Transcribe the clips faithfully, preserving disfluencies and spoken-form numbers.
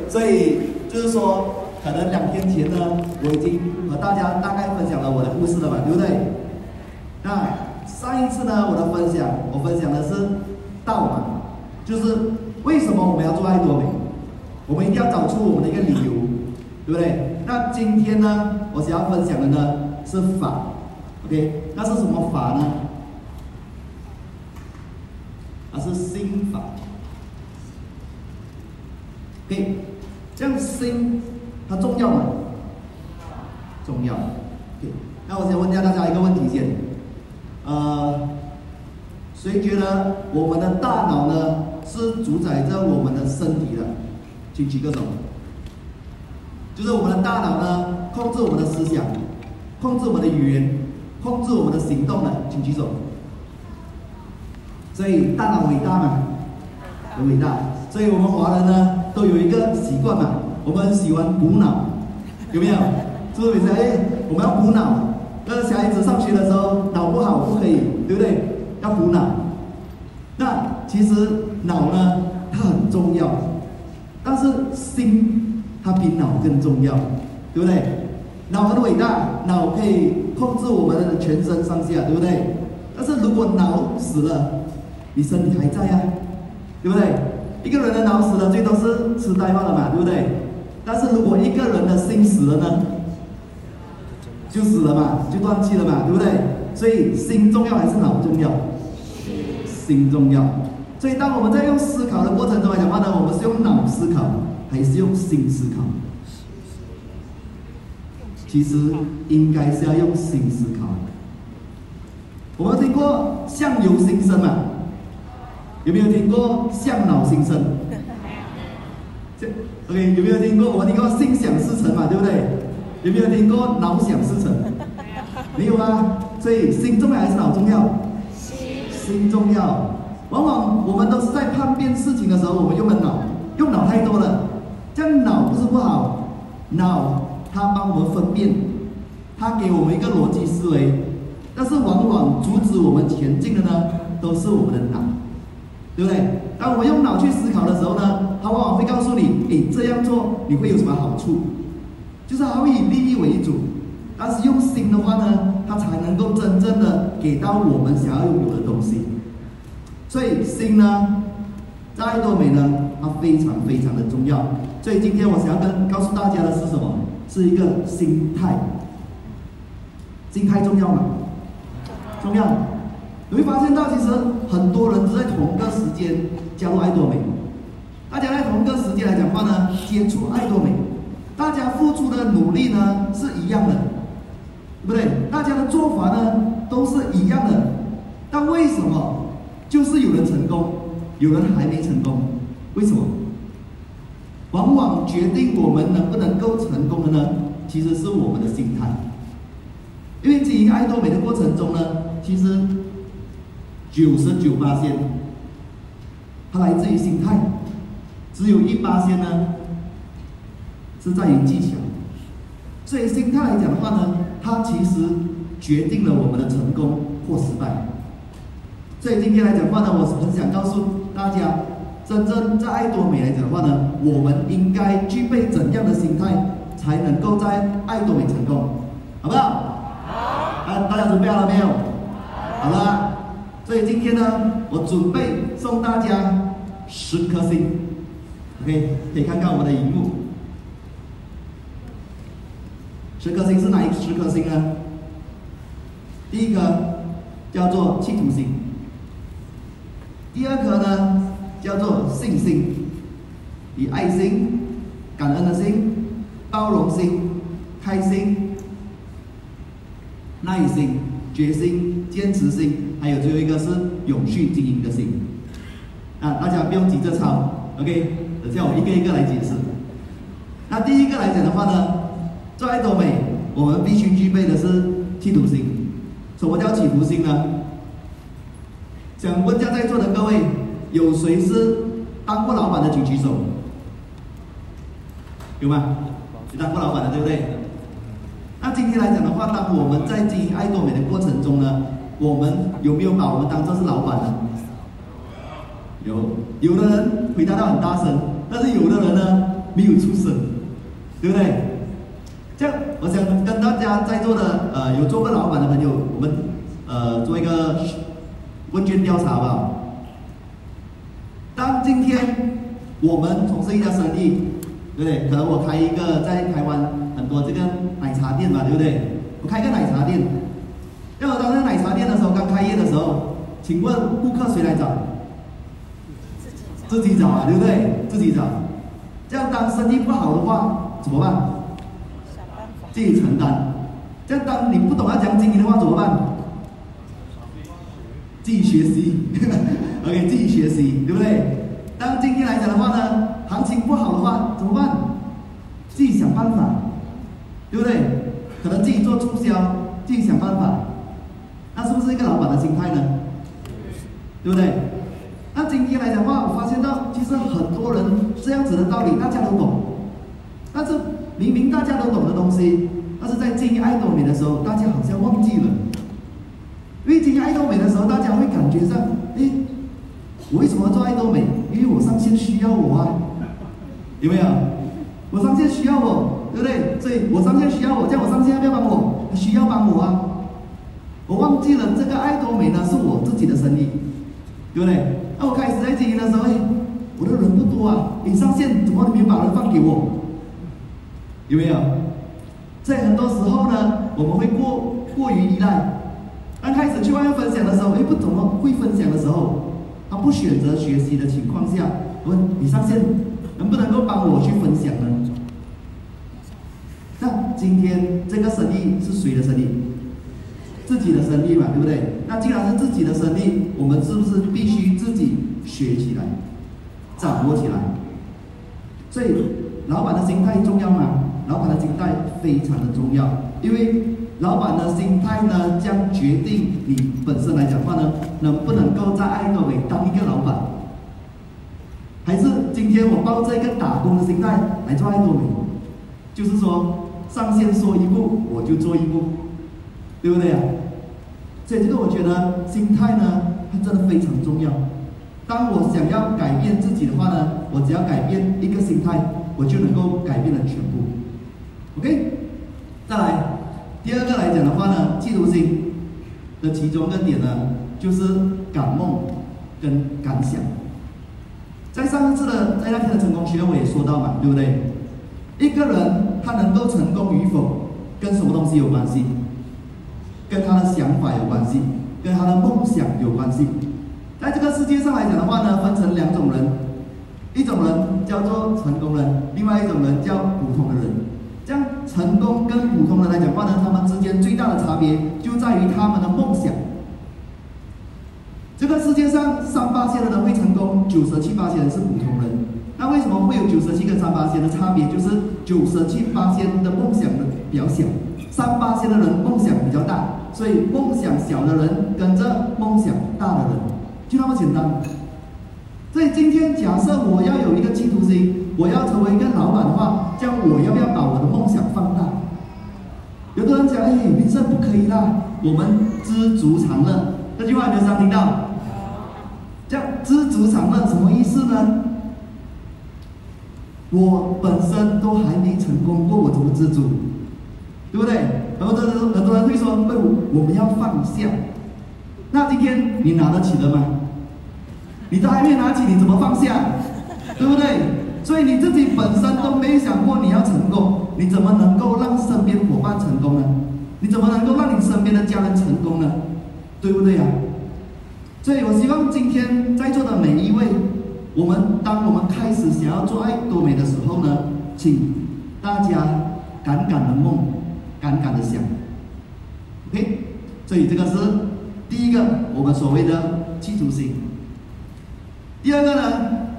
所以就是说，可能两天前呢，我已经和大家大概分享了我的故事了嘛，对不对？那上一次呢，我的分享，我分享的是道嘛，就是为什么我们要做爱多美，我们一定要找出我们的一个理由，对不对？那今天呢，我想要分享的呢是法 ，OK， 那是什么法呢？它是心法。OK， 这样心它重要吗？重要。OK， 那我想问一下大家一个问题先，呃，谁觉得我们的大脑呢是主宰着我们的身体的？请举个手。就是我们的大脑呢，控制我们的思想，控制我们的语言，控制我们的行动的，请举手。所以大脑伟大嘛，很伟大。所以我们华人呢都有一个习惯嘛，我们很喜欢补脑，有没有？是不是每次哎，我们要补脑？那小孩子上学的时候脑不好不可以，对不对？要补脑。那其实脑呢，它很重要，但是心它比脑更重要，对不对？脑很伟大，脑可以控制我们的全身上下，对不对？但是如果脑死了，你身体还在啊，对不对？一个人的脑死了，最多是痴呆罢了嘛，对不对？但是如果一个人的心死了呢，就死了嘛，就断气了嘛，对不对？所以心重要还是脑重要？心重要。所以当我们在用思考的过程中来讲话呢，我们是用脑思考还是用心思考？其实应该是要用心思考。我们听过相由心生嘛？有没有听过向脑心生 ？OK， 有没有听过？我们听过心想事成嘛，对不对？有没有听过脑想事成？没有啊。所以心重要还是脑重要？心重要。往往我们都是在判别事情的时候，我们用了脑，用脑太多了。这样脑不是不好，脑它帮我们分辨，它给我们一个逻辑思维，但是往往阻止我们前进的呢，都是我们的脑。对不对？当我们用脑去思考的时候呢，它往往会告诉你，诶，这样做你会有什么好处？就是它会以利益为主。但是用心的话呢，它才能够真正的给到我们想要拥有的东西。所以心呢，在爱多美呢，它非常非常的重要。所以今天我想要跟告诉大家的是什么？是一个心态。心态重要吗？重要。你会发现到，其实很多人都在同个时间加入爱多美，大家在同个时间来讲话呢，接触爱多美，大家付出的努力呢是一样的，对不对？大家的做法呢都是一样的，但为什么就是有人成功，有人还没成功？为什么？往往决定我们能不能够成功的呢，其实是我们的心态。因为经营爱多美的过程中呢，其实九十九巴仙，它来自于心态，只有一巴仙呢是在于技巧。所以心态来讲的话呢，它其实决定了我们的成功或失败。所以今天来讲的话呢，我很想告诉大家，真正在爱多美来讲的话呢，我们应该具备怎样的心态，才能够在爱多美成功，好不好？好。啊，大家准备好了没有？好了。所以今天呢，我准备送大家十颗星 ，OK， 可以看看我们的荧幕。十颗星是哪一十颗星呢？第一颗叫做企图心，第二颗呢叫做信心，以爱心、感恩的心、包容心、开心、耐心、决心、坚持心。还有最后一个是永续经营的心，啊，大家不用急着抄 ，OK， 等下我一个一个来解释。那第一个来讲的话呢，做爱多美，我们必须具备的是企图心。什么叫企图心呢？想问一下在座的各位，有谁是当过老板的举举手？有吗？有当过老板的，对不对？那今天来讲的话，当我们在经营爱多美的过程中呢，我们有没有把我们当作是老板呢？有，有的人回答到很大声，但是有的人呢， 没有出声，对不对？这样，我想跟大家在座的呃有做过老板的朋友，我们呃做一个问卷调查吧。当今天我们从事一家生意，对不对？可能我开一个在台湾很多这个奶茶店嘛，对不对？我开一个奶茶店，那我当时奶茶店的时候刚开业的时候，请问顾客谁来找？自己找啊，对不对？自己找。这样当生意不好的话怎么办？自己承担。这样当你不懂要讲经营的话怎么办？自己学习，OK， 自己学习，对不对？当今天来讲的话呢，行情不好的话怎么办？自己想办法，对不对？可能自己做促销，自己想办法，那是不是一个老板的心态呢？对不对？那今天来讲的话，我发现到其实很多人这样子的道理大家都懂，但是明明大家都懂的东西，但是在经营爱多美的时候，大家好像忘记了。因为经营爱多美的时候，大家会感觉上，哎，我为什么要做爱多美？因为我上线需要我啊，有没有？我上线需要我，对不对？所以我上线需要我，叫我上线要不要帮我？需要帮我啊！我忘记了这个爱多美呢是我自己的生意，对不对？那我开始在经营的时候，哎，我的人不多啊，你上线怎么你没有把人放给我？有没有？在很多时候呢，我们会过过于依赖。刚开始去外面分享的时候，哎，不怎么会分享的时候，他不选择学习的情况下，问你上线能不能够帮我去分享呢？那今天这个生意是谁的生意？自己的生意嘛，对不对？那既然是自己的生意，我们是不是必须自己学起来，掌握起来？所以，老板的心态重要吗？老板的心态非常的重要，因为老板的心态呢，将决定你本身来讲话呢，能不能够在爱多美当一个老板，还是今天我抱着一个打工的心态来做爱多美，就是说上线说一步我就做一步，对不对啊？所以这个我觉得心态呢，它真的非常重要。当我想要改变自己的话呢，我只要改变一个心态，我就能够改变了全部。OK， 再来。第二个来讲的话呢，企图心的其中一个点呢，就是感梦跟感想。在上一次的在那天的成功学院我也说到嘛，对不对？一个人他能够成功与否，跟什么东西有关系？跟他的想法有关系，跟他的梦想有关系。在这个世界上来讲的话呢，分成两种人，一种人叫做成功人，另外一种人叫普通的人。这样成功跟普通人来讲话呢，他们之间最大的差别就在于他们的梦想。这个世界上三八线的人会成功，九十七八线人是普通人。那为什么会有九十七跟三八线的差别？就是九十七八线的梦想的比较小，三八线的人梦想比较大，所以梦想小的人跟着梦想大的人，就那么简单。所以今天假设我要有一个企图心，我要成为一个老板的话，这样我要不要把我的梦想放大？有的人讲，哎，民生不可以啦，我们知足常乐，这句话有没有常听到？这样知足常乐什么意思呢？我本身都还没成功过，我怎么知足？对不对？很多人很多人会说，哎，我们要放下。那今天你拿得起的吗？你都还没拿起，你怎么放下？对不对？所以你自己本身都没想过你要成功，你怎么能够让身边伙伴成功呢？你怎么能够让你身边的家人成功呢？对不对呀？所以我希望今天在座的每一位，我们当我们开始想要做爱多美的时候呢，请大家敢敢的梦，敢敢的想 ，OK？ 所以这个是第一个我们所谓的企图心。第二个呢，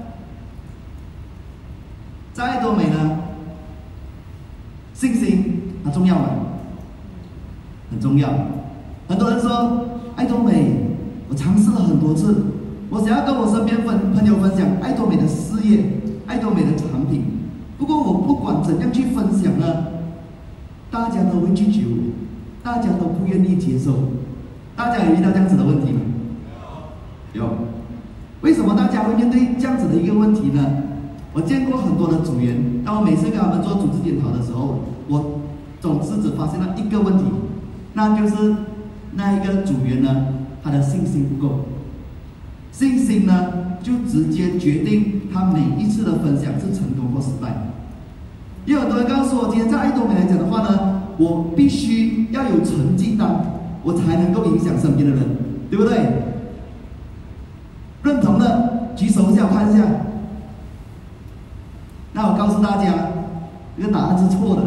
在爱多美呢，信心很重要吗？很重要。很多人说爱多美，我尝试了很多次，我想要跟我身边分朋友分享爱多美的事业、爱多美的产品。不过我不管怎样去分享呢，大家都会拒绝我，大家都不愿意接受。大家有遇到这样子的问题吗？有。为什么大家会面对这样子的一个问题呢？ 我见过很多的组员，当我每次跟他们做组织检讨的时候，我总是只发现了一个问题，那就是那一个组员呢，他的信心不够。信心呢，就直接决定他每一次的分享是成功或失败。也有很多人告诉我，今天在爱多美来讲的话呢，我必须要有成绩单，我才能够影响身边的人，对不对？认同的举手一下，我看一下。那我告诉大家，这个答案是错的。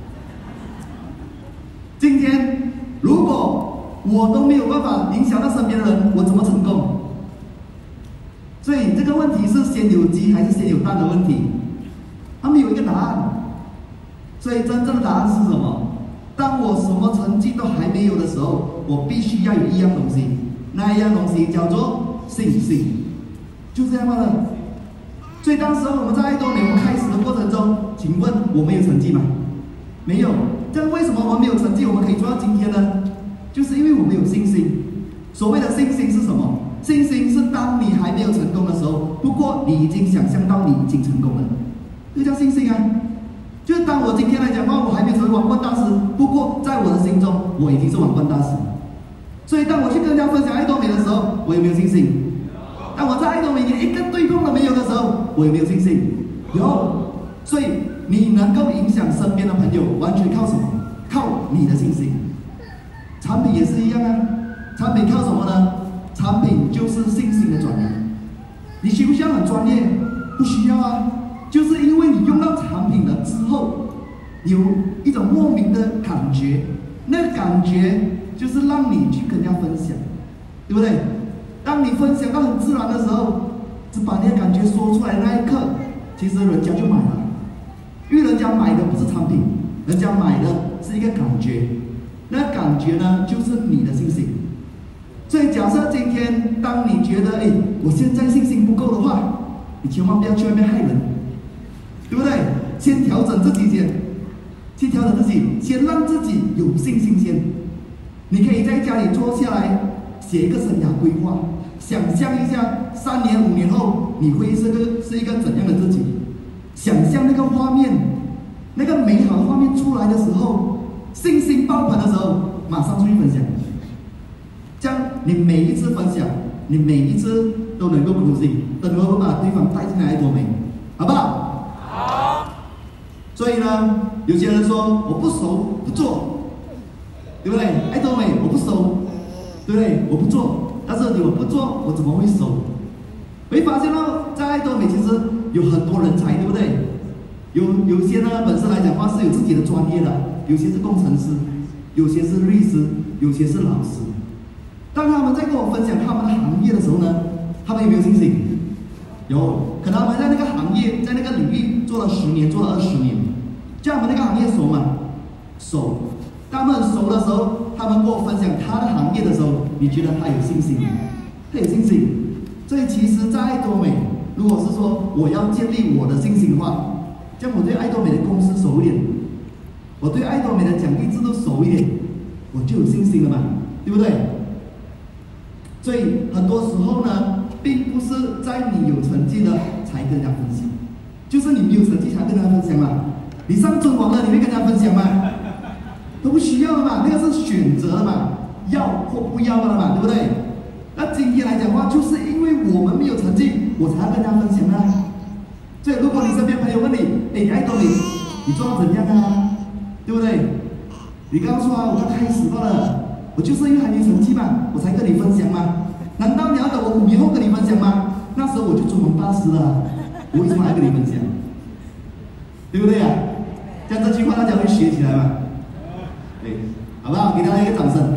今天如果我都没有办法影响到身边的人，我怎么成功？所以这个问题是先有鸡还是先有蛋的问题，它没有一个答案。所以真正的答案是什么？当我什么成绩都还没有的时候，我必须要有一样东西，那一样东西叫做信心，就这样罢了。所以当时候我们在爱多美我们开始的过程中，请问我们有成绩吗？没有。这样为什么我们没有成绩，我们可以做到今天呢？就是因为我们有信心。所谓的信心是什么？信心是当你还没有成功的时候，不过你已经想象到你已经成功了，这叫信心啊。就是当我今天来讲话，我还没有成为王冠大师，不过在我的心中，我已经是王冠大师。所以当我去跟人家分享爱多美的时候，我有没有信心？当我在爱多美连一个对碰都没有的时候，我有没有信心？有。所以你能够影响身边的朋友，完全靠什么？靠你的信心。产品也是一样啊，产品靠什么呢？产品就是信心的转移。你需不需要很专业？不需要啊，就是因为你用到产品了之后，有一种莫名的感觉，那个感觉就是让你去跟人家分享，对不对？当你分享到很自然的时候，只把你的感觉说出来的那一刻，其实人家就买了，因为人家买的不是产品，人家买的是一个感觉，那感觉呢，就是你的信心。所以假设今天当你觉得，哎，我现在信心不够的话，你千万不要去外面害人，对不对？先调整自己先，先调整自己，先让自己有信心先。你可以在家里坐下来，写一个生涯规划，想象一下三年、五年后你会是个是一个怎样的自己，想象那个画面，那个美好的画面出来的时候，信心爆棚的时候，马上出去分享。这样，你每一次分享，你每一次都能够鼓励，都能够把对方带进来爱多美，好不好？好。所以呢，有些人说我不熟不做，对不对？爱多美我不熟，对不对？我不做，但是你我不做，我怎么会熟？会发现到在爱多美其实有很多人才，对不对？有有些呢本身来讲话是有自己的专业的，有些是工程师，有些是律师，有些是老师。当他们在跟我分享他们的行业的时候呢，他们有没有信心？有，可能他们在那个行业，在那个领域做了十年，做了二十年，叫他们那个行业熟吗？熟。当他们很熟的时候，他们跟我分享他的行业的时候，你觉得他有信心吗？他有信心。所以其实，在爱多美，如果是说我要建立我的信心的话，这样我对爱多美的公司熟一点，我对爱多美的奖励制度熟一点，我就有信心了嘛，对不对？所以很多时候呢，并不是在你有成绩了才跟人家分享，就是你没有成绩才跟人家分享嘛。你上中网了，你会跟人家分享吗？都不需要的嘛，那个是选择的嘛，要或不要的嘛，对不对？那今天来讲的话，就是因为我们没有成绩，我才要跟大家分享啊。所以如果你身边朋友问你，哎，爱多美，你做到怎样啊？对不对？你告诉他，我刚开始罢了。我就是因为还没成绩嘛，我才跟你分享嘛。难道你要等我五年后跟你分享吗？那时候我就中文大师了，我为什么还跟你分享？对不对呀、啊？这样这句话大家会学起来嘛？对，好不好？给大家一个掌声。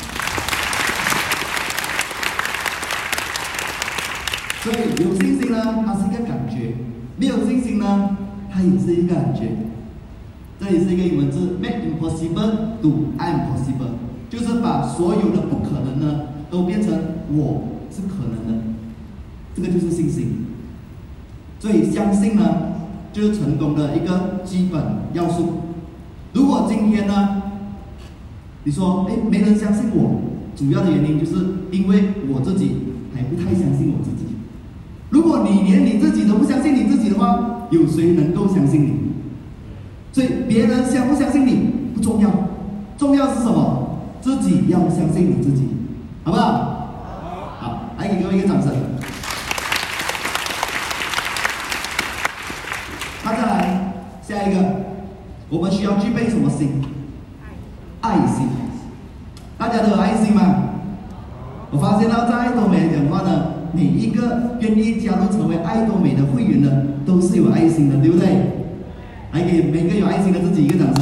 所以有信心呢，它是一个感觉；没有信心呢，它也是一个感觉。这里是一个英文字 ，make impossible to impossible。就是把所有的不可能呢，都变成我是可能的，这个就是信心。所以相信呢，就是成功的一个基本要素。如果今天呢，你说，哎，没人相信我，主要的原因就是因为我自己还不太相信我自己。如果你连你自己都不相信你自己的话， 有谁能够相信你。所以别人相不相信你不重要，重要是什么？自己要相信你自己，好不好？好，来给各位一个掌声。那再来下一个，我们需要具备什么心？爱心。大家都有爱心吗？我发现到在爱多美讲话呢，每一个愿意加入成为爱多美的会员呢，都是有爱心的，对不对？来给每个有爱心的自己一个掌声。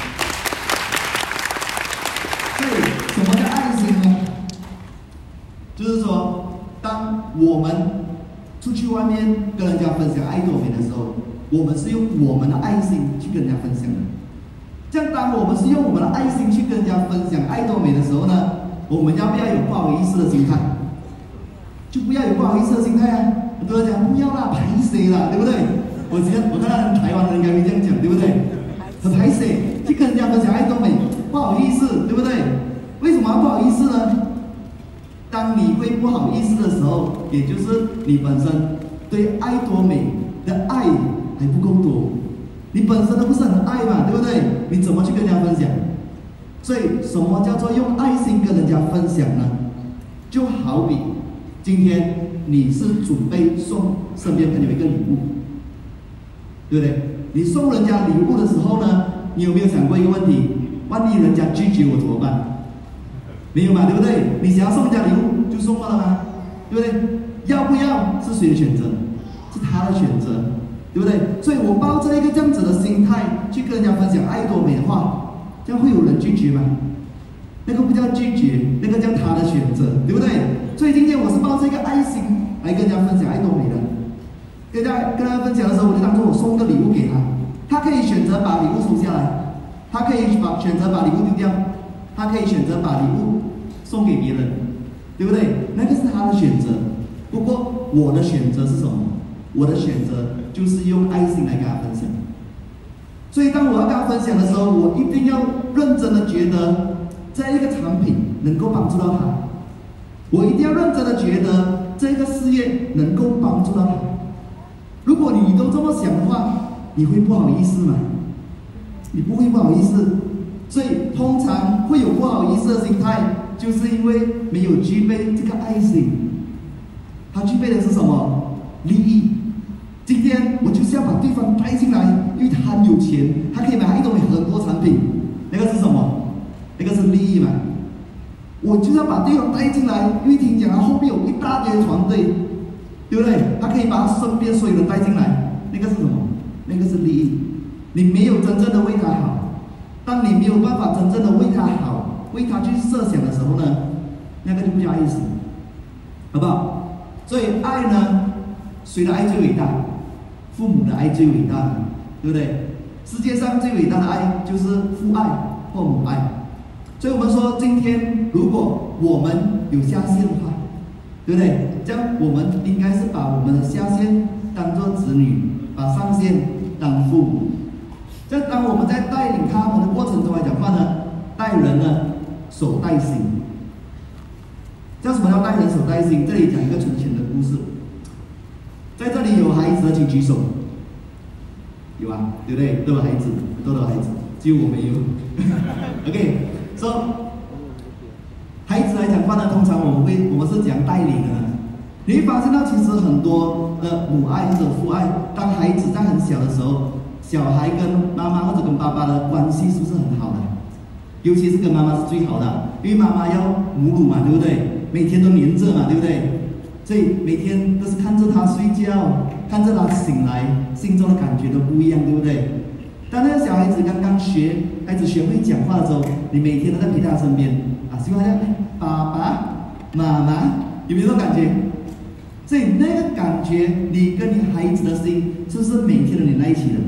所以，什么叫爱心呢？就是说，当我们出去外面跟人家分享爱多美的时候，我们是用我们的爱心去跟人家分享的。这样，当我们是用我们的爱心去跟人家分享爱多美的时候呢，我们要不要有不好意思的心态？就不要有不好意思的心态啊！很多人讲不要啦，排谁啦，对不对？我觉得我看到台湾人应该会这样讲，对不对？很排谁去跟人家分享爱多美，不好意思，对不对？为什么要不好意思呢？当你会不好意思的时候，也就是你本身对爱多美的爱还不够多，你本身都不是很爱嘛，对不对？你怎么去跟人家分享？所以，什么叫做用爱心跟人家分享呢？就好比今天你是准备送身边朋友一个礼物，对不对？你送人家礼物的时候呢，你有没有想过一个问题？万一人家拒绝我怎么办？没有嘛，对不对？你想要送人家礼物就送了吗？对不对？要不要是谁的选择？是他的选择，对不对？所以我抱着一个这样子的心态去跟人家分享爱多美的话，这样会有人拒绝吗？那个不叫拒绝，那个叫他的选择，对不对？所以今天我是抱着一个爱心来跟人家分享爱多美的，跟大家跟大家分享的时候，我就当做我送个礼物给他，他可以选择把礼物收下来，他可以把选择把礼物丢掉，他可以选择把礼物送给别人，对不对？那个是他的选择。不过我的选择是什么？我的选择就是用爱心来跟他分享。所以当我要跟他分享的时候，我一定要认真的觉得这一个产品能够帮助到他，我一定要认真的觉得这个事业能够帮助到他。如果你都这么想的话，你会不好意思吗？你不会不好意思。所以通常会有不好意思的心态，就是因为没有具备这个爱心。他具备的是什么？利益。今天我就是要把对方带进来，因为他很有钱，他可以买爱多美很多产品。那个是什么？那个是利益嘛。我就是要把对方带进来，因为听讲他后面有一大堆团队，对不对？他可以把他身边所有人带进来，那个是什么？那个是利益。你没有真正的为他好，当你没有办法真正的为他好，为他去设想的时候呢，那个就不叫爱心，好不好？所以爱呢，谁的爱最伟大？父母的爱最伟大，对不对？世界上最伟大的爱就是父爱或母爱。所以我们说，今天如果我们有下线的话，对不对？这样我们应该是把我们的下线当作子女，把上线当父母。这样当我们在带领他们的过程中来讲话呢，带人呢手带心。叫什么叫带人手带心？这里讲一个存钱的故事。在这里有孩子的请举手，有啊，对不对？都有孩子，都有孩子，只有我没有。OK， 说、so, 孩子来讲话呢，通常我们会，我们是讲带领的呢。你会发现到，其实很多的母爱或者父爱，当孩子在很小的时候，小孩跟妈妈或者跟爸爸的关系是不是很好的？尤其是跟妈妈是最好的，因为妈妈要母乳嘛，对不对？每天都黏着嘛，对不对？所以每天都是看着他睡觉，看着他醒来，心中的感觉都不一样，对不对？当那个小孩子刚刚学，孩子学会讲话的时候，你每天都在陪他身边啊，喜欢叫爸爸、妈妈，有没有这种感觉？所以那个感觉，你跟你孩子的心，是不是每天都连在一起的？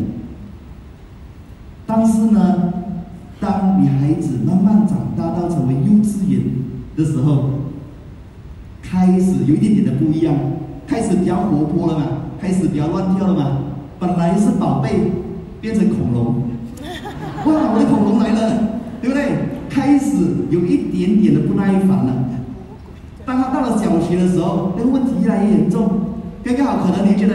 但是呢，当你孩子慢慢长大到成为幼稚园的时候，开始有一点点的不一样，开始比较活泼了嘛，开始比较乱跳了嘛。本来是宝贝，变成恐龙，哇，我的恐龙来了，对不对？开始有一点点的不耐烦了。当他到了小学的时候，那个问题越来越严重。刚刚好，可能你觉得，哎，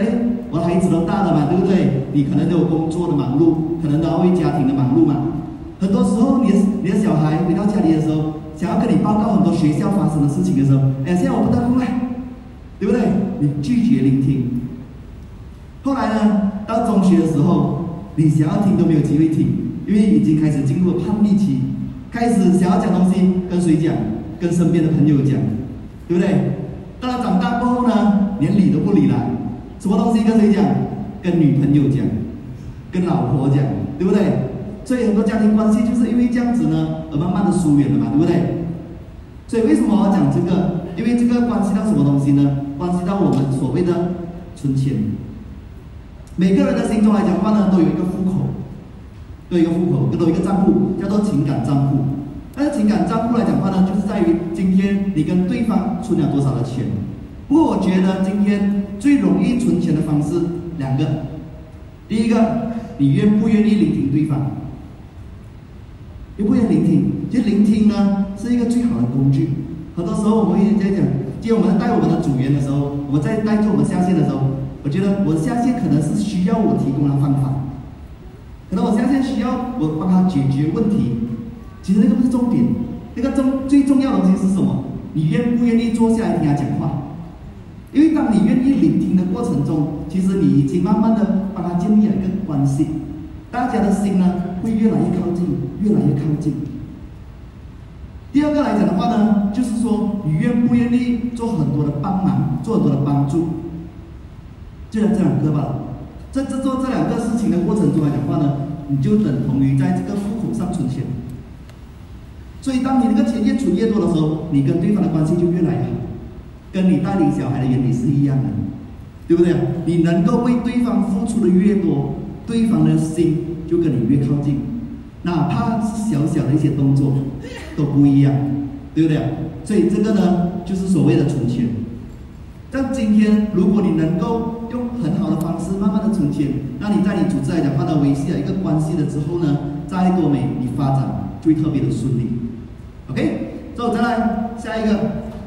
我的孩子都大了嘛，对不对？你可能都有工作的忙碌，可能都要为家庭的忙碌嘛。很多时候，你的你的小孩回到家里的时候，想要跟你报告很多学校发生的事情的时候，哎，现在我不得空了，对不对？你拒绝聆听。后来呢，到中学的时候，你想要听都没有机会听，因为已经开始进入了叛逆期，开始想要讲东西，跟谁讲？跟身边的朋友讲，对不对？到了长大过后呢，连理都不理了，什么东西跟谁讲？跟女朋友讲，跟老婆讲，对不对？所以很多家庭关系就是因为这样子呢，而慢慢的疏远了嘛，对不对？所以为什么我要讲这个？因为这个关系到什么东西呢？关系到我们所谓的存钱。每个人的心中来讲话呢，都有一个户口，都有一个户口，都有一个账户，叫做情感账户。但是情感账户来讲话呢，就是在于今天你跟对方存了多少的钱。不过我觉得今天最容易存钱的方式两个，第一个，你愿不愿意聆听对方？愿不愿意聆听？其实聆听呢是一个最好的工具。很多时候我们会在讲，今天我们带我们的组员的时候，我们在带做我们下线的时候，我觉得我下线可能是需要我提供的方法，可能我下线需要我帮他解决问题。其实那个不是重点，那个重最重要的东西是什么？你愿不愿意坐下来听他讲话？因为当你愿意聆听的过程中，其实你已经慢慢的帮他建立了一个关系，大家的心呢会越来越靠近，越来越靠近。第二个来讲的话呢，就是说你愿不愿意做很多的帮忙，做很多的帮助，就这两个吧。在这做这两个事情的过程中来讲的话呢，你就等同于在这个户口上存钱。所以当你那个钱越存越多的时候，你跟对方的关系就越来越好，跟你带领小孩的原理是一样的，对不对？你能够为对方付出的越多，对方的心就跟你越靠近，哪怕是小小的一些动作都不一样，对不对？所以这个呢，就是所谓的存钱。但今天如果你能够用很好的方式慢慢的存钱，那你在你组织来讲话呢，维系了一个关系了之后呢，在爱多美你发展就会特别的顺利。OK， 所以再来下一个，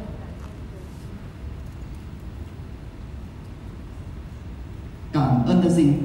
感恩的心。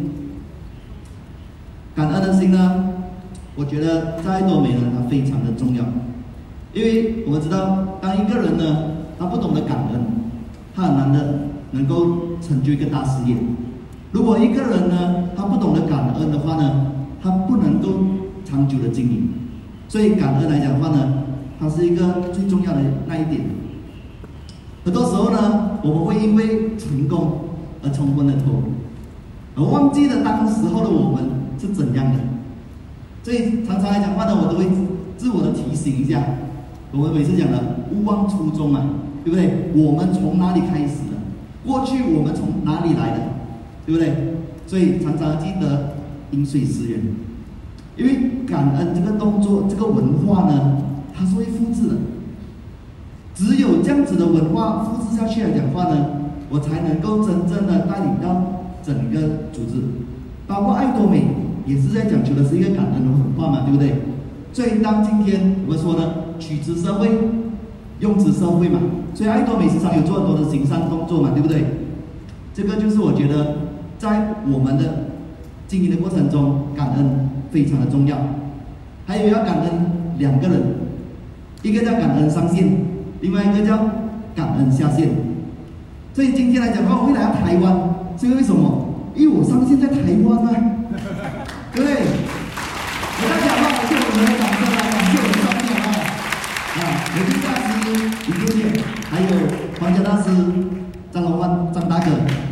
感恩的心呢，我觉得在爱多美呢，它非常的重要，因为我们知道，当一个人呢，他不懂得感恩，他很难的能够成就一个大事业。如果一个人呢，他不懂得感恩的话呢，他不能够长久的经营。所以感恩来讲的话呢，它是一个最重要的那一点。很多时候呢，我们会因为成功而冲昏了头，而忘记了当时候的我们是怎样的。所以常常来讲话呢，我都会自我的提醒一下。我们每次讲的勿忘初衷嘛，对不对？我们从哪里开始的？过去我们从哪里来的？对不对？所以常常记得饮水思源，因为感恩这个动作、这个文化呢，它是会复制的。只有这样子的文化复制下去来讲话呢，我才能够真正的带领到整个组织，包括爱多美也是在讲求的是一个感恩的文化嘛，对不对？所以当今天我们说的取之社会，用之社会嘛，所以爱多美时常有做很多的行善动作嘛，对不对？这个就是我觉得在我们的经营的过程中，感恩非常的重要。还有要感恩两个人，一个叫感恩上线，另外一个叫感恩下线。所以今天来讲的话，我会来到台湾，是为什么？因为我上线在台湾嘛，对不对？我在讲话，我谢我们的掌声来感谢我们上面啊，啊，美丽大师李姐姐，还有黄家大师张龙万张大哥。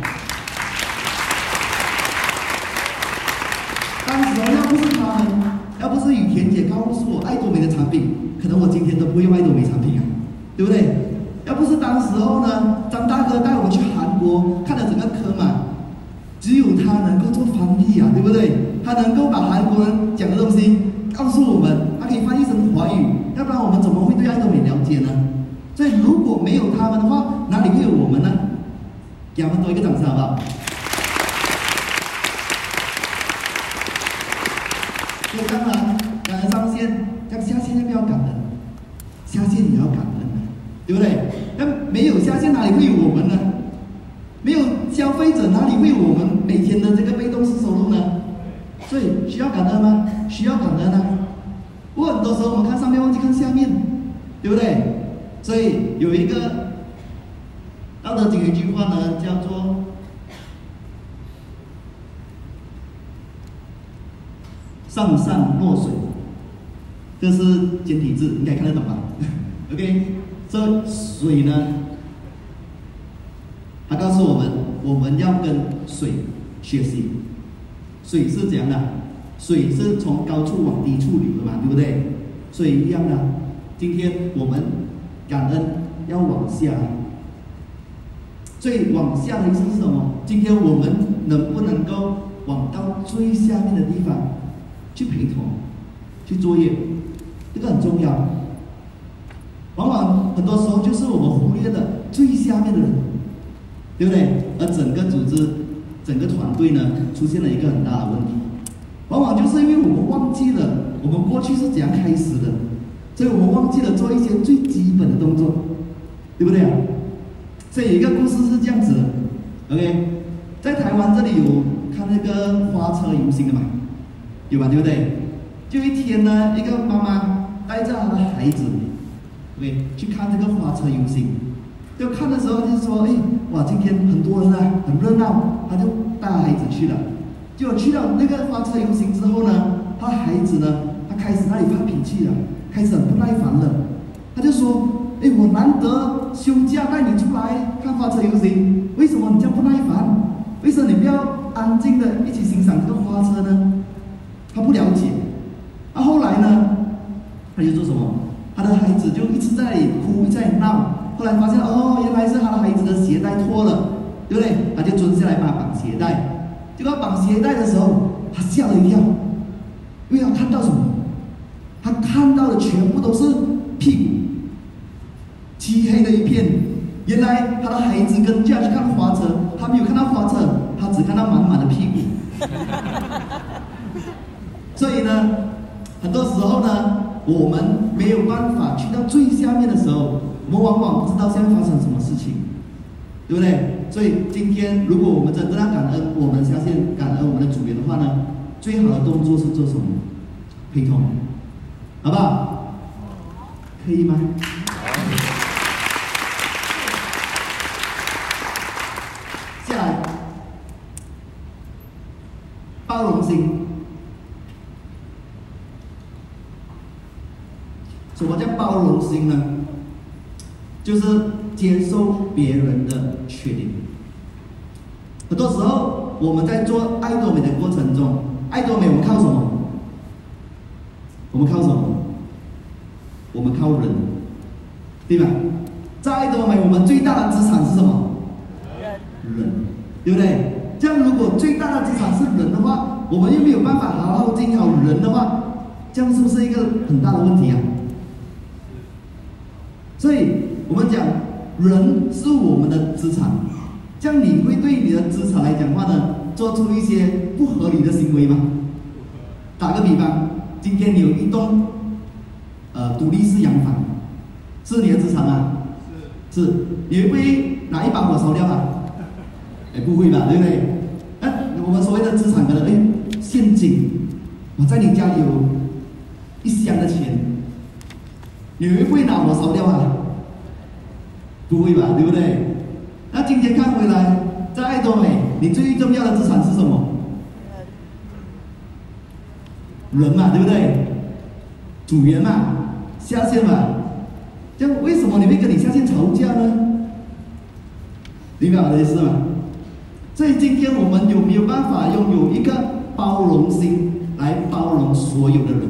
当时要不是他们，要不是雨田姐告诉我爱多美的产品，可能我今天都不会用爱多美产品啊，对不对？要不是当时候呢，张大哥带我们去韩国看了整个科马，只有他能够做翻译啊，对不对？他能够把韩国人讲的东西告诉我们，他可以翻译成华语，要不然我们怎么会对爱多美了解呢？所以如果没有他们的话，哪里会有我们呢？给他们多一个掌声好不好？所以当然，感恩上线，像下线要不要感恩？下线也要感恩，对不对？那没有下线哪里会有我们呢？没有消费者哪里会有我们？ 每天的这个被动式收入呢？所以需要感恩吗？需要感恩啊！不过很多时候我们看上面忘记看下面，对不对？所以有一个《道德经》有一句话呢，叫做“上善若水”，这是简体字，应该看得懂吧？OK， 这水呢，它告诉我们，我们要跟水学习。水是怎样的？水是从高处往低处流的嘛，对不对？所以一样的，今天我们感恩要往下。所以往下的意思是什么？今天我们能不能够往到最下面的地方去陪同、去作业？这个很重要。往往很多时候就是我们忽略了最下面的人，对不对？而整个组织、整个团队呢，出现了一个很大的问题。往往就是因为我们忘记了我们过去是怎样开始的，所以我们忘记了做一些最基本的动作，对不对啊？所以有一个故事是这样子的 ，OK， 在台湾这里有看那个花车游行的嘛，有吧？对不对？就一天呢，一个妈妈带着她的孩子 ，OK， 去看这个花车游行。就看的时候就是说，哎，哇，今天很多人啊，很热闹，他就带孩子去了。结果去到那个花车游行之后呢，他孩子呢，他开始那里发脾气了，开始很不耐烦了。他就说：“哎，我难得休假带你出来看花车游行，为什么你这样不耐烦？为什么你不要安静的一起欣赏这个花车呢？”他不了解。啊，后来呢，他就做什么？他的孩子就一直在哭，在闹。后来发现，哦，原来是他的孩子的鞋带脱了，对不对？他就蹲下来帮他绑鞋带。结果绑鞋带的时候，他吓了一跳，因为他看到什么？他看到的全部都是屁股，漆黑的一片。原来他的孩子跟家去看花车，他没有看到花车，他只看到满满的屁股。所以呢，很多时候呢，我们没有办法去到最下面的时候，我们往往不知道下面发生什么事情，对不对？所以今天，如果我们真正要感恩，我们相信感恩我们的主人的话呢，最好的动作是做什么？陪同，好不好？可以吗？下来，包容心。什么叫包容心呢？就是接受别人的缺点。很多时候我们在做爱多美的过程中，爱多美我们靠什么？我们靠什么？我们靠人，对吧？在爱多美，我们最大的资产是什么？人，人，对不对？这样如果最大的资产是人的话，我们又没有办法好好经营好人的话，这样是不是一个很大的问题啊？所以我们讲，人是我们的资产。这样你会对你的资产来讲话呢，做出一些不合理的行为吗？打个比方，今天你有一栋呃独立式洋房，是你的资产吗？是。是。你会不会拿一把火烧掉它？哎，不会吧，对不对？那、啊、我们所谓的资产可能，哎，现金，我在你家里有一箱的钱，你会不会拿火烧掉它？不会吧，对不对？那今天看回来，在爱多美，你最重要的资产是什么？人嘛，对不对？组员嘛，下线嘛。这样为什么你会跟你下线吵架呢？明白我的意思吗？所以今天我们有没有办法拥有一个包容心来包容所有的人？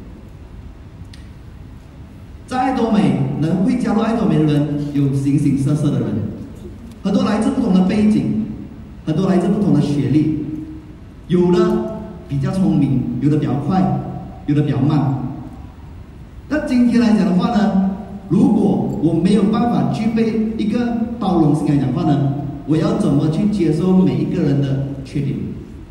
在爱多美，能会加入爱多美的人有形形色色的人，很多来自不同的背景，很多来自不同的学历，有的比较聪明，有的比较快，有的比较慢。那今天来讲的话呢，如果我没有办法具备一个包容心来讲的话呢，我要怎么去接受每一个人的缺点？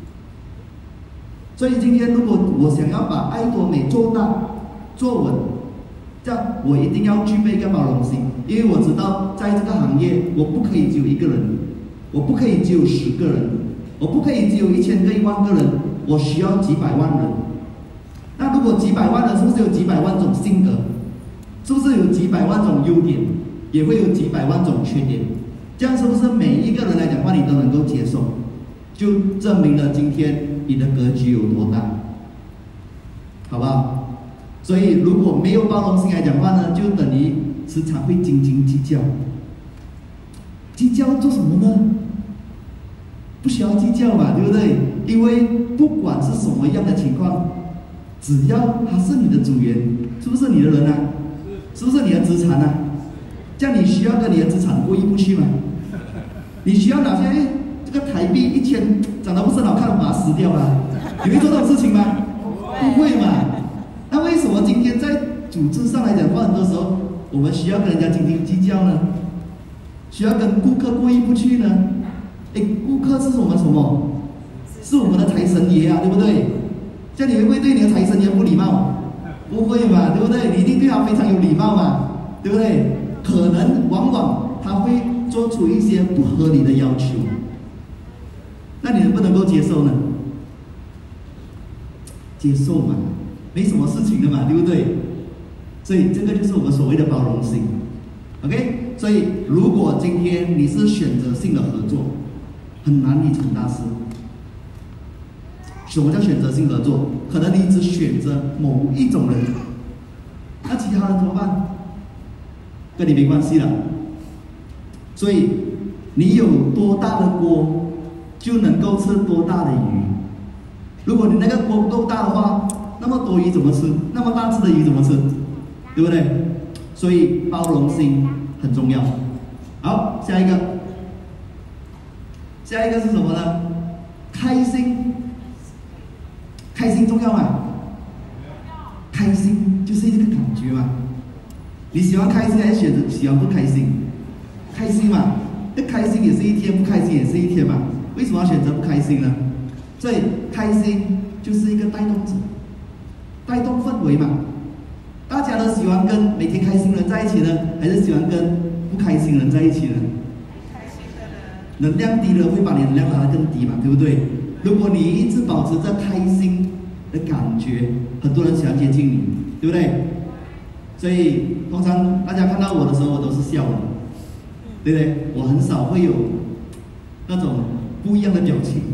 所以今天如果我想要把爱多美做大、做稳，这样我一定要具备一个包容心，因为我知道在这个行业，我不可以只有一个人，我不可以只有十个人， 我不可以只有一千个、一万个人，我需要几百万人。那如果几百万人，是不是有几百万种性格？是不是有几百万种优点？也会有几百万种缺点？这样是不是每一个人来讲话，你都能够接受？就证明了今天你的格局有多大，好不好？所以如果没有包容心来讲话呢，就等于时常会斤斤计较。计较做什么呢？不需要计较嘛，对不对？因为不管是什么样的情况，只要他是你的组员，是不是你的人啊？是不是你的资产啊？这样你需要跟你的资产过意不去吗？你需要哪些？哎，这个台币一千长得不是很好看，我把它撕掉啊？你会做这种事情吗？不会嘛？那为什么今天在组织上来讲话，很多时候我们需要跟人家斤斤计较呢？需要跟顾客过意不去呢？哎，顾客是我们什么？是我们的财神爷啊，对不对？这样你会不会对你的财神爷不礼貌？不会嘛，对不对？你一定对他非常有礼貌嘛，对不对？可能往往他会做出一些不合理的要求，那你能不能够接受呢？接受嘛，没什么事情的嘛，对不对？所以这个就是我们所谓的包容心 ，OK？ 所以如果今天你是选择性的合作，很难理成大事。什么叫选择性合作？可能你只选择某一种人，那其他人怎么办？跟你没关系了。所以你有多大的锅，就能够吃多大的鱼。如果你那个锅不够大的话，那么多鱼怎么吃？那么大只的鱼怎么吃？对不对？所以包容心很重要。好，下一个，下一个是什么呢？开心。开心重要吗？开心就是一个感觉嘛。你喜欢开心还是选择喜欢不开心？开心嘛，那开心也是一天，不开心也是一天嘛。为什么要选择不开心呢？所以开心就是一个带动者，带动氛围嘛。大家都喜欢跟每天开心的人在一起呢，还是喜欢跟不开心的人在一起呢？开心的人。能量低的会把你能量拉得更低嘛，对不对？如果你一直保持着开心的感觉，很多人喜欢接近你，对不对？所以通常大家看到我的时候，我都是笑的，对不对？我很少会有那种不一样的表情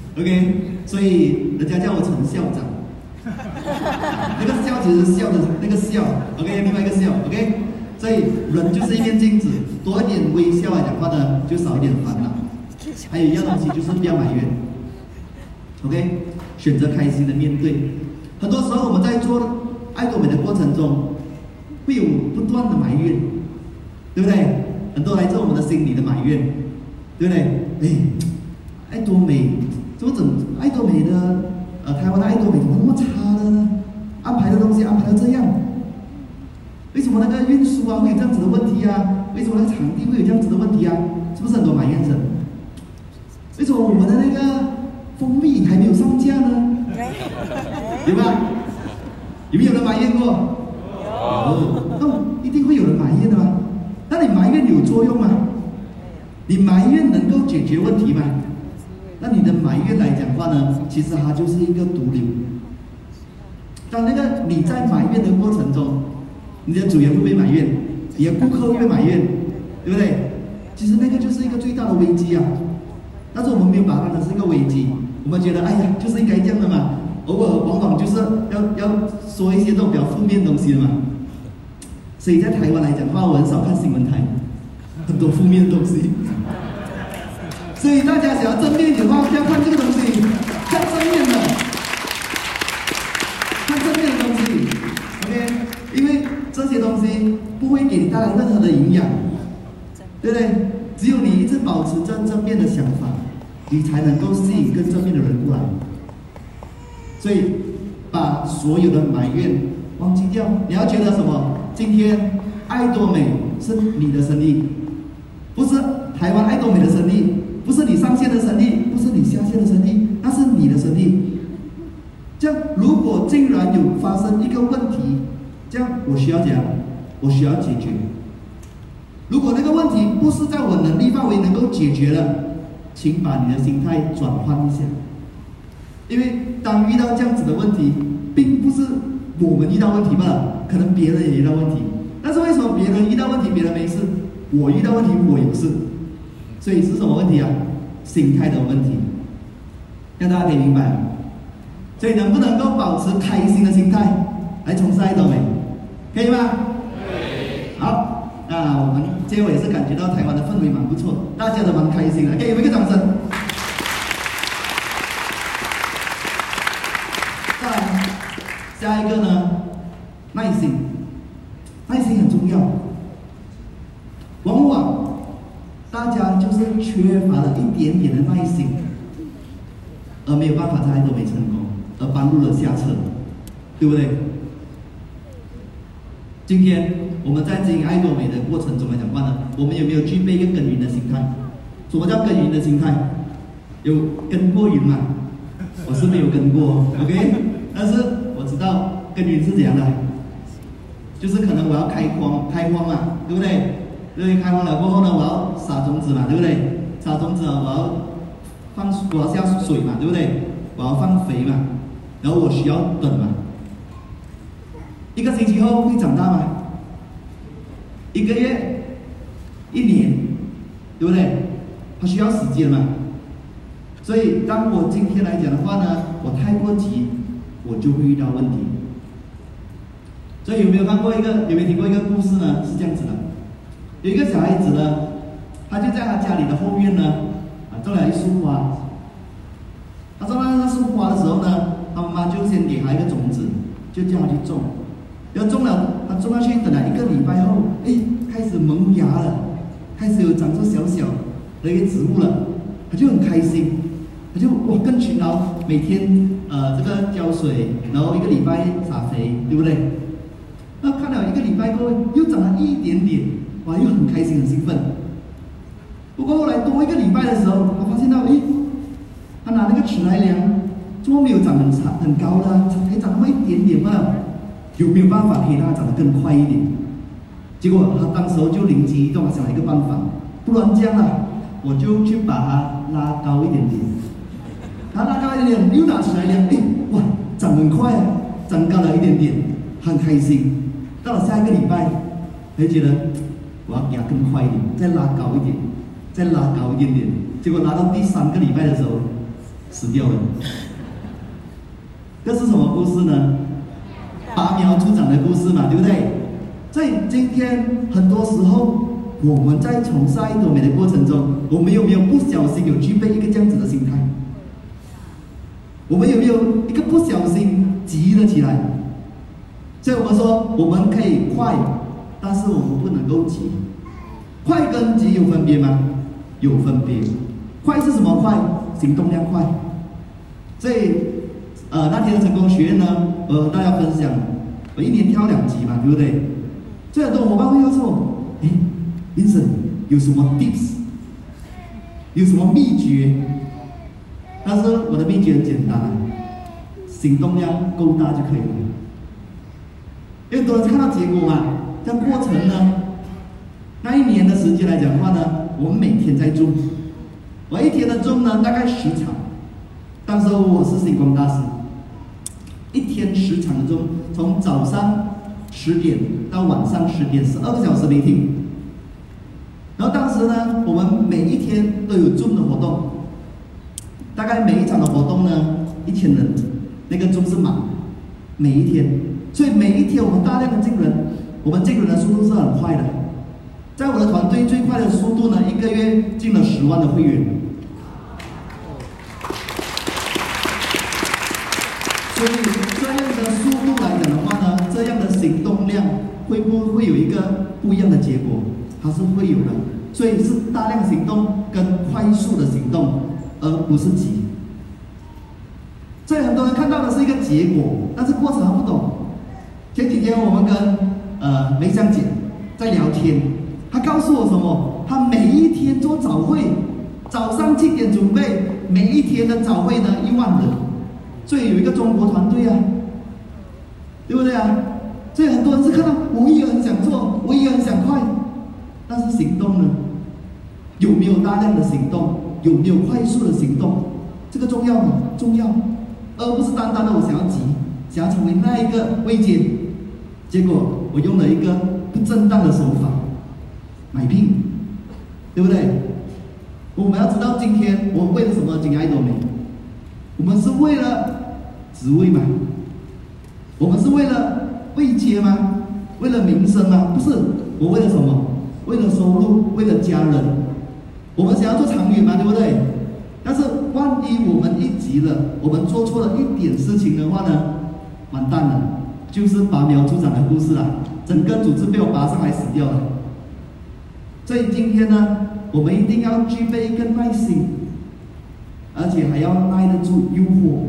，OK？ 所以人家叫我陈校长，那个笑其实是笑的那个笑 ，OK？ 另外一个笑 ，OK？ 所以人就是一面镜子，多一点微笑来讲话呢，就少一点烦恼。还有一样东西就是不要埋怨。OK， 选择开心的面对。很多时候我们在做爱多美的过程中，会有不断的埋怨，对不对？很多来自我们的心里的埋怨，对不对？哎，爱多美怎么整？爱多美的呃，台湾的爱多美怎么那么差呢？安排的东西安排到这样，为什么那个运输啊会有这样子的问题啊？为什么那个场地会有这样子的问题啊？是不是很多埋怨声？为什么我们的那个蜂蜜还没有上架呢？对吧？有没有人埋怨过？有。那一定会有人埋怨的吗？那你埋怨有作用吗？你埋怨能够解决问题吗？那你的埋怨来讲话呢，其实它就是一个毒瘤。当那个你在埋怨的过程中，你的组员会不会埋怨？你的顾客会不会埋怨？对不对？其实那个就是一个最大的危机啊。但是我们没有把它当成是一个危机，我们觉得哎呀，就是应该这样的嘛。偶尔往往就是要要说一些这种比较负面的东西的嘛。所以在台湾来讲的话，我很少看新闻台，很多负面的东西。所以大家想要正面的话，不要看这个东西，看正面的，看正面的东西 ，OK？ 因为这些东西不会给你带来任何的营养，对不对？只有你一直保持着正面的想法，你才能够吸引更正面的人过来。所以，把所有的埋怨忘记掉。你要觉得什么？今天爱多美是你的生意，不是台湾爱多美的生意，不是你上线的生意，不是你下线的生意，那是你的生意。这样，如果竟然有发生一个问题，这样我需要怎样？我需要解决。如果那个问题不是在我能力范围能够解决的， 请把你的心态转换一下，因为当遇到这样子的问题，并不是我们遇到问题罢了，可能别人也遇到问题。但是为什么别人遇到问题，别人没事，我遇到问题我有事？所以是什么问题啊？心态的问题。让大家可以明白。所以能不能够保持开心的心态来冲赛都美，可以吗？可以。好，那我们结尾也是感觉到台湾的氛围蛮不错，大家都蛮开心的，给你们一个掌声。再来，下一个呢，耐心，耐心很重要。往往大家就是缺乏了一点点的耐心，而没有办法在爱多美成功，而搬入了下车，对不对？今天我们在经营爱多美的过程中来讲话呢，我们有没有具备一个耕耘的心态？什么叫耕耘的心态？有耕过耘吗？我是没有耕过 ，OK， 但是我知道耕耘是怎样的，就是可能我要开荒，开荒嘛，对不对？对，开荒了过后呢，我要撒种子嘛，对不对？撒种子啊，我要放，我要下水嘛，对不对？我要放肥嘛，然后我需要等嘛。一个星期后会长大吗？一个月、一年，对不对？它需要时间嘛。所以，当我今天来讲的话呢，我太过急，我就会遇到问题。所以有没有看过一个，有没有听过一个故事呢？是这样子的。有一个小孩子呢，他就在他家里的后院呢，啊，种了一束花。他种了那束花的时候呢，他妈妈就先给他一个种子，就叫他去种。然后种了，他种下去，等了一个礼拜后，哎，开始萌芽了，开始有长出小小的一个植物了，他就很开心，他就哇更勤劳，每天呃这个浇水，然后一个礼拜撒肥，对不对？那看了一个礼拜过后，又长了一点点。哇，又很开心很兴奋。不过后来多一个礼拜的时候，我发现到，诶，他拿那个尺来量，怎么没有长很长很高的，才长那么一点点罢了？有没有办法可以让它长得更快一点？结果他当时候就灵机一动，想了一个办法，不然这样啊，我就去把它拉高一点点。他拉高一点点，又拿尺来量，诶，哇，长很快啊，长高了一点点，很开心。到了下一个礼拜，他就觉得。我要给它更快一点，再拉高一点，再拉高一点点。结果拉到第三个礼拜的时候，死掉了。这是什么故事呢？拔苗助长的故事嘛，对不对？所以今天很多时候，我们在从事爱多美的过程中，我们有没有不小心有具备一个这样子的心态？我们有没有一个不小心急了起来？所以我们说，我们可以快。但是我们不能够急，快跟急有分别吗？有分别。快是什么快？行动量快。所以，呃，那天的成功学院呢，我和大家分享，我一年跳两级嘛，对不对？所以很多伙伴会告诉我，哎 ，Vincent 有什么 tips？ 有什么秘诀？但是我的秘诀很简单，行动量够大就可以了。因为很多人看到结果嘛。这过程呢，那一年的时间来讲的话呢，我们每天在种，我一天的种呢大概十场。当时我是星光大师，一天十场的种，从早上十点到晚上十点，十二个小时没停。然后当时呢，我们每一天都有种的活动，大概每一场的活动呢，一千人，那个种是满，每一天，所以每一天我们大量的进人。我们进人的速度是很快的，在我的团队最快的速度呢，一个月进了十万的会员。所以这样的速度来讲的话呢，这样的行动量会不会有一个不一样的结果？它是会有的。所以是大量行动跟快速的行动，而不是急。所以很多人看到的是一个结果，但是过程他不懂。前几天我们跟呃，梅香姐在聊天，她告诉我什么？她每一天做早会，早上七点准备，每一天的早会呢一万人，所以有一个中国团队啊，对不对啊？所以很多人是看到我也很想做，我也很想快，但是行动呢， 有没有大量的行动？有没有快速的行动？这个重要吗？重要，而不是单单的我想要急，想要成为那一个位阶，结果我用了一个不正当的手法，买聘，对不对？我们要知道今天我为了什么进爱多美？我们是为了职位吗？我们是为了位阶吗？为了名声吗？不是，我为了什么？为了收入，为了家人。我们想要做长远嘛，对不对？但是万一我们一急了，我们做错了一点事情的话呢，完蛋了，就是拔苗助长的故事啦，整个组织被我拔上来死掉了。所以今天呢，我们一定要具备一个耐心，而且还要耐得住诱惑。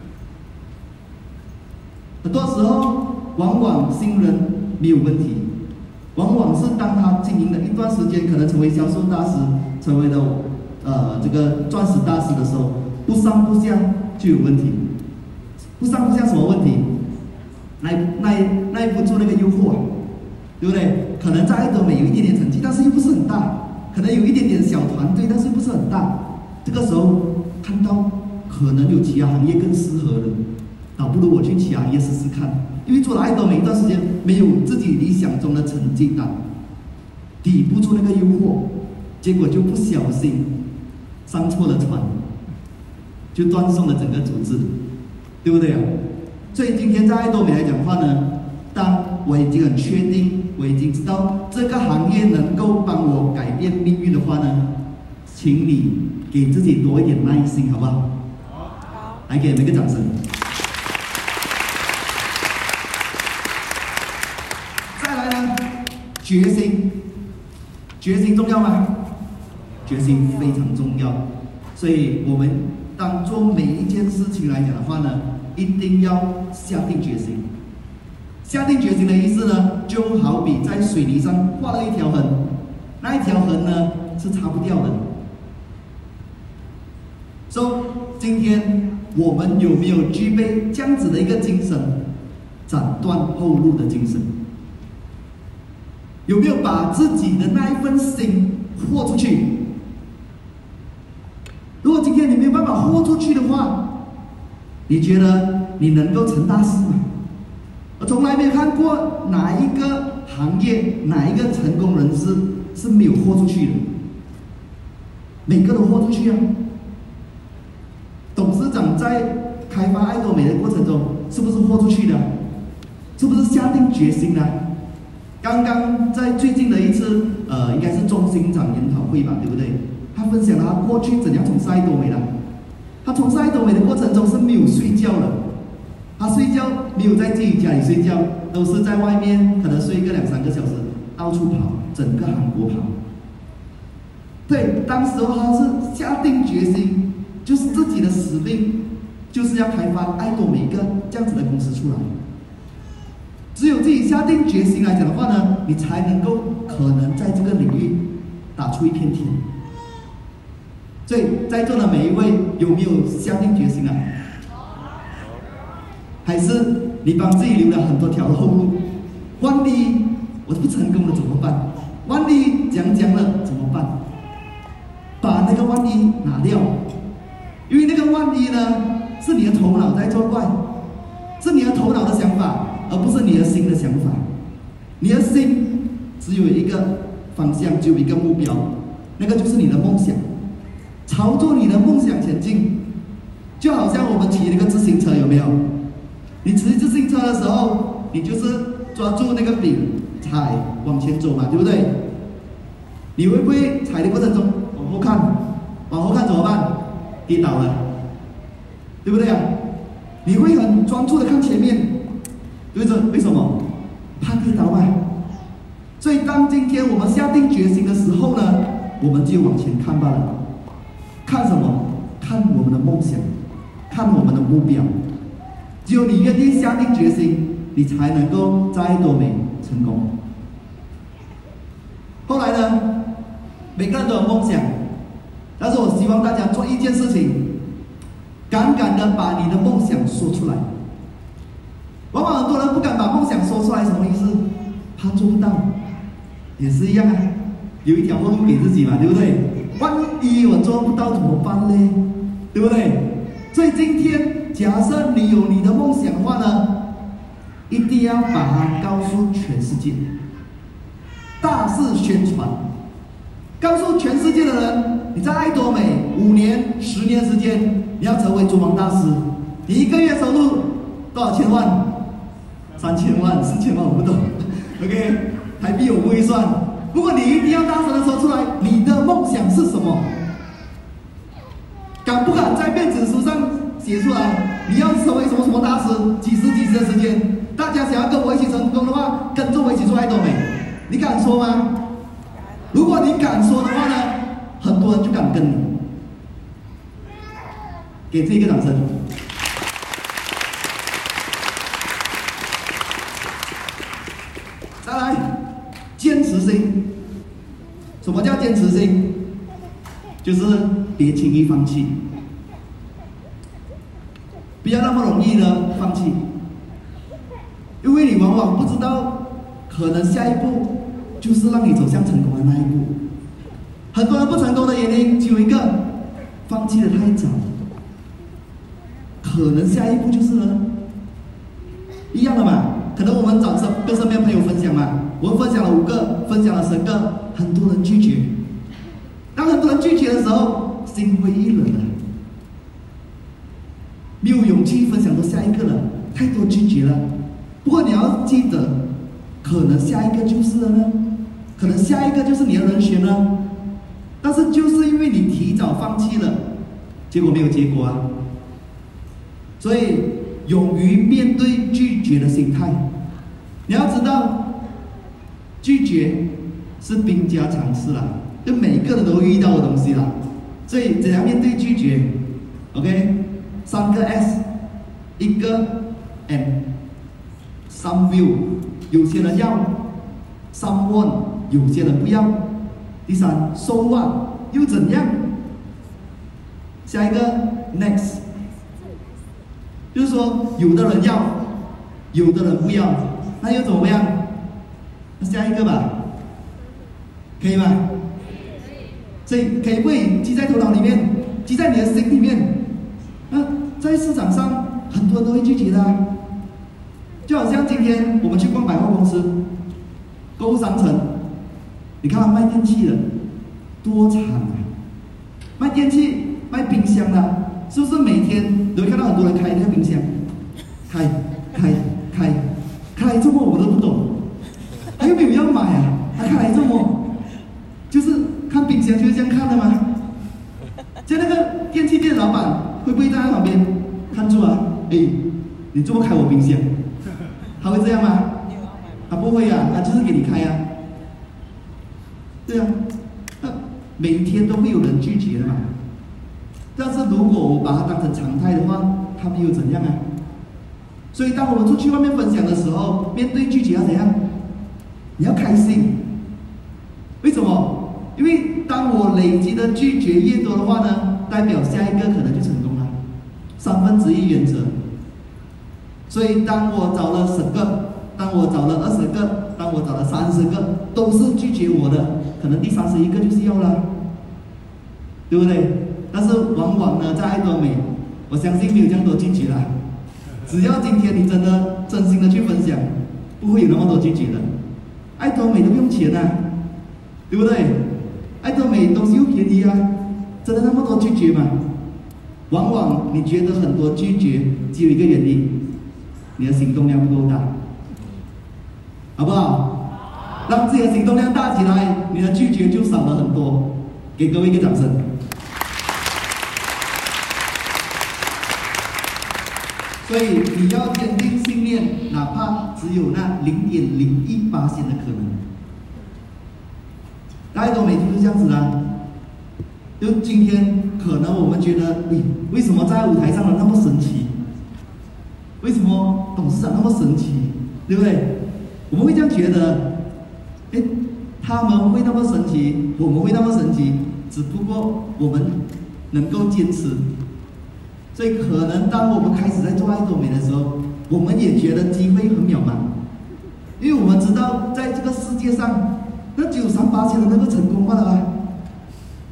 很多时候，往往新人没有问题，往往是当他经营了一段时间，可能成为销售大师，成为了呃这个钻石大师的时候，不上不下就有问题。不上不下什么问题？耐耐耐不住那个诱惑、啊，对不对？可能在爱多美有一点点成绩，但是又不是很大；可能有一点点小团队，但是不是很大。这个时候看到可能有其他行业更适合的，倒不如我去其他行业试试看。因为做了爱多美一段时间，没有自己理想中的成绩单，抵不住那个诱惑，结果就不小心上错了船，就断送了整个组织，对不对啊？所以今天在爱多美来讲的话呢，当我已经很确定，我已经知道这个行业能够帮我改变命运的话呢，请你给自己多一点耐心，好不好？好，来给你们一个掌声。再来呢，决心，决心重要吗？决心非常重要。所以我们当做每一件事情来讲的话呢，一定要下定决心。下定决心的意思呢，就好比在水泥上画了一条痕，那一条痕呢是擦不掉的。所以今天我们有没有具备这样子的一个精神，斩断后路的精神？有没有把自己的那一份心豁出去？如果今天你没有办法豁出去的话，你觉得你能够成大事吗？我从来没有看过哪一个行业、哪一个成功人士是没有豁出去的，每个都豁出去啊！董事长在开发爱多美的过程中，是不是豁出去的？是不是下定决心的？刚刚在最近的一次，呃，应该是中心长研讨会吧，对不对？他分享了他过去怎样从事爱多美的。他从事爱多美的过程中是没有睡觉的，他睡觉没有在自己家里睡觉，都是在外面，可能睡一个两三个小时，到处跑，整个韩国跑。对，当时候他是下定决心，就是自己的使命，就是要开发爱多美一个这样子的公司出来。只有自己下定决心来讲的话呢，你才能够可能在这个领域打出一片天。所以在座的每一位有没有下定决心啊？还是你帮自己留了很多条后路？万一我不成功了怎么办？万一讲讲了怎么办？把那个万一拿掉，因为那个万一呢，是你的头脑在作怪，是你的头脑的想法，而不是你的心的想法。你的心只有一个方向，只有一个目标，那个就是你的梦想。朝着你的梦想前进，就好像我们骑那个自行车，有没有？你骑自行车的时候，你就是抓住那个柄踩往前走嘛，对不对？你会不会踩的过程中往后看？往后看怎么办？跌倒了，对不对啊？你会很专注的看前面，对不对？为什么？怕跌倒嘛。所以当今天我们下定决心的时候呢，我们就往前看罢了。看什么？看我们的梦想，看我们的目标。只有你愿意下定决心，你才能够在爱多美成功。后来呢，每个人都有梦想，但是我希望大家做一件事情，敢敢的把你的梦想说出来。往往很多人不敢把梦想说出来，什么意思？怕做不到，也是一样啊，有一条后路给自己嘛，对不对？ 万一我做不到怎么办呢？对不对？所以今天，假设你有你的梦想的话呢，一定要把它告诉全世界，大肆宣传，告诉全世界的人，你在爱多美五年、十年时间，你要成为珠宝大师，你一个月收入多少千万？三千万、四千万，我不懂。OK， 台币我不会算。不过你一定要大声的说出来，你的梦想是什么？敢不敢在面子书上写出来？你要成为什么什么大师？几时几时的时间？大家想要跟我一起成功的话，跟着我一起做爱多美。你敢说吗？如果你敢说的话呢，很多人就敢跟你。给自己一个掌声。再来，坚持心。什么叫坚持心？就是别轻易放弃，不要那么容易的放弃，因为你往往不知道，可能下一步就是让你走向成功的那一步。很多人不成功的原因只有一个，放弃的太早。可能下一步就是呢，一样的嘛。可能我们找身跟身边朋友分享嘛，我们分享了五个，分享了十个，很多人拒绝。当很多人拒绝的时候，心灰意冷了，没有勇气分享到下一个了，太多拒绝了。不过你要记得，可能下一个就是了呢，可能下一个就是你的人选呢。但是就是因为你提早放弃了，结果没有结果啊。所以，勇于面对拒绝的心态，你要知道，拒绝是兵家常事啦。就每个人都会遇到的东西啦，所以怎样面对拒绝 ？OK， 三个 S， 一个 M，Some will， 有些人要 ，Someone， 有些人不要。第三 ，So what， 又怎样？下一个 Next， 就是说有的人要，有的人不要，那又怎么样？那下一个吧，可以吗？所以可以不可以记在头脑里面，记在你的心里面？那在市场上，很多人都会拒绝的、啊。就好像今天我们去逛百货公司、购物商城，你看卖电器的多惨啊！卖电器、卖冰箱的，是不是每天都会看到很多人开那个冰箱？开、开、开、开，这么我都不懂，还有没有要买啊？他开来这么，就是。看冰箱就是这样看的吗？就那个电器店的老板会不会站在旁边看住啊？哎，你这么开我冰箱，他会这样吗？他不会啊，他就是给你开啊。对啊，那每天都会有人拒绝的嘛。但是如果我把它当成常态的话，他们又怎样啊？所以当我们出去外面分享的时候，面对拒绝要怎样？你要开心。为什么？因为当我累积的拒绝越多的话呢，代表下一个可能就成功了，三分之一原则。所以当我找了十个，当我找了二十个，当我找了三十个，都是拒绝我的，可能第三十一个就是要了，对不对？但是往往呢，在爱多美，我相信没有这样多拒绝啦。只要今天你真的真心的去分享，不会有那么多拒绝的。爱多美都不用钱啊，对不对？爱多美东西又便宜啊，真的那么多拒绝吗？往往你觉得很多拒绝，只有一个原因，你的行动量不够大，好不好？让自己的行动量大起来，你的拒绝就少了很多。给各位一个掌声。所以你要坚定信念，哪怕只有那零点零一八线的可能。爱多美就是这样子的，就今天可能我们觉得，喂，为什么在舞台上的那么神奇？为什么董事长那么神奇？对不对？我们会这样觉得，哎，他们会那么神奇，我们会那么神奇，只不过我们能够坚持。所以可能当我们开始在做爱多美的时候，我们也觉得机会很渺茫，因为我们知道在这个世界上。那只有三八千的那个成功罢了吧？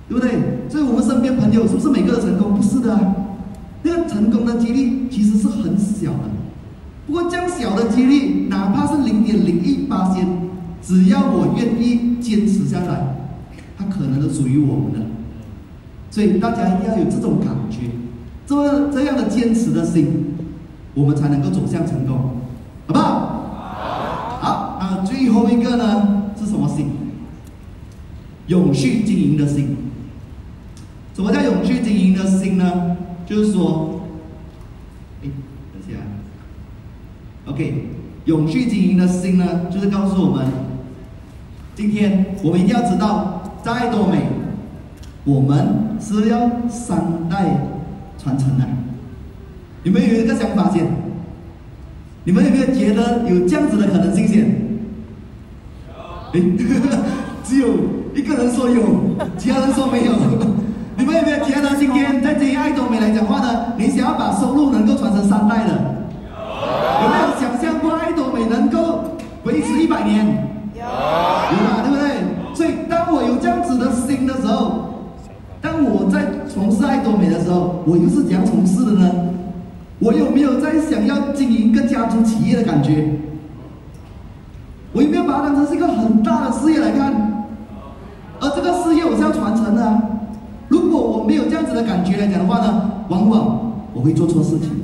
对不对？所以我们身边朋友是不是每个人成功？不是的啊，那个成功的几率其实是很小的。不过这样小的几率，哪怕是零点零一八仙，只要我愿意坚持下来，它可能都属于我们的。所以大家一定要有这种感觉，这这样的坚持的心，我们才能够走向成功，好不好？好，那最后一个呢是什么心？永续经营的心。什么叫永续经营的心呢？就是说，哎，等一下 ，OK， 永续经营的心呢，就是告诉我们，今天我们一定要知道，在爱多美，我们是要三代传承的。你们有一个想法先？你们有没有觉得有这样子的可能性先？哎，只有一个人说有，其他人说没有。你们有没有觉得今天在经营爱多美来讲话呢？你想要把收入能够传承三代的？有没有想象过爱多美能够维持一百年？有，有嘛，对不对？所以当我有这样子的心的时候，当我在从事爱多美的时候，我又是怎样从事的呢？我有没有在想要经营一个家族企业的感觉？我有没有把它当成是一个很大的事业来看？而这个事业我是要传承的啊。如果我没有这样子的感觉来讲的话呢，往往我会做错事情，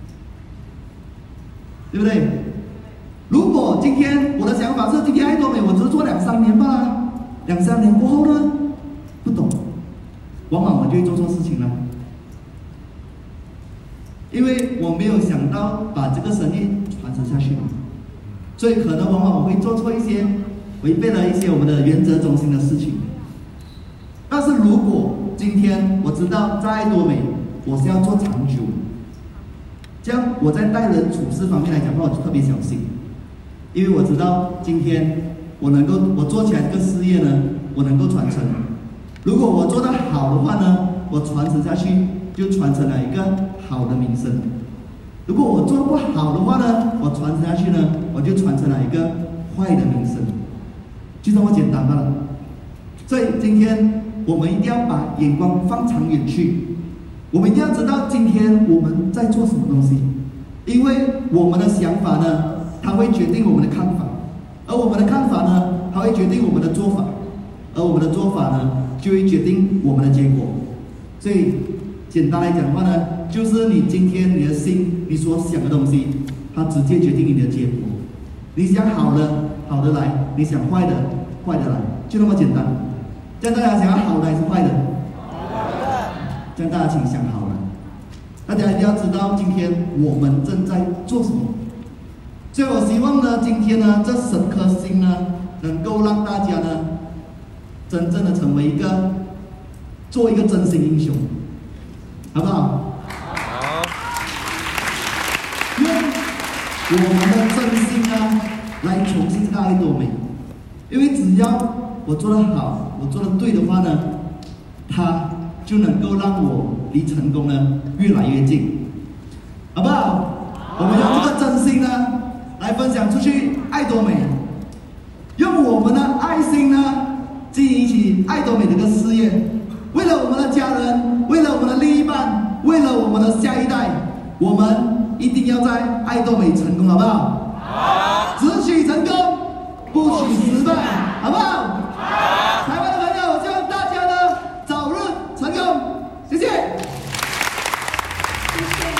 对不对？如果今天我的想法是今天爱多美我只是做两三年吧，两三年过后呢，不懂，往往我就会做错事情了，因为我没有想到把这个生意传承下去嘛，所以可能往往我会做错一些违背了一些我们的原则中心的事情。但是如果今天我知道在爱多美我是要做长久，这样我在待人处事方面来讲的话，我就特别小心，因为我知道今天我能够我做起来这个事业呢，我能够传承。如果我做得好的话呢，我传承下去就传承了一个好的名声；如果我做不好的话呢，我传承下去呢，我就传承了一个坏的名声，就这么简单罢了。所以今天我们一定要把眼光放长远去，我们一定要知道今天我们在做什么东西，因为我们的想法呢，它会决定我们的看法，而我们的看法呢，它会决定我们的做法，而我们的做法呢，就会决定我们的结果。所以简单来讲的话呢，就是你今天你的心，你所想的东西，它直接决定你的结果。你想好的，好的来；你想坏的，坏的来，就那么简单。这样大家想要好的还是坏的？好的。这样大家请想好了。大家一定要知道今天我们正在做什么。所以我希望呢，今天呢，这十颗星呢，能够让大家呢，真正的成为一个，做一个真心英雄，好不好？好。用我们的真心呢，来重新这个爱多美，因为只要我做得好，我做得对的话呢，它就能够让我离成功呢越来越近，好不好？我们用这个真心呢来分享出去爱多美，用我们的爱心呢经营起爱多美这个事业，为了我们的家人，为了我们的另一半，为了我们的下一代，我们一定要在爱多美成功，好不好？好。只许成功，不许失败，好不好？好。台湾的朋友，希望大家呢早日成功，谢谢。 谢谢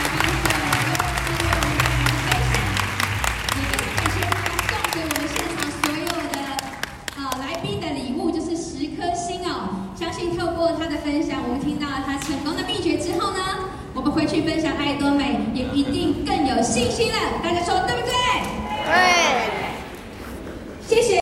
冰粉跟我们的分享，也非常感谢他送给我们现场所有的呃来宾的礼物，就是十颗星哦。相信透过他的分享，我们听到了他成功的秘诀之后呢，我们回去分享爱多美，也一定更有信心了。大家说对不对？对。谢谢。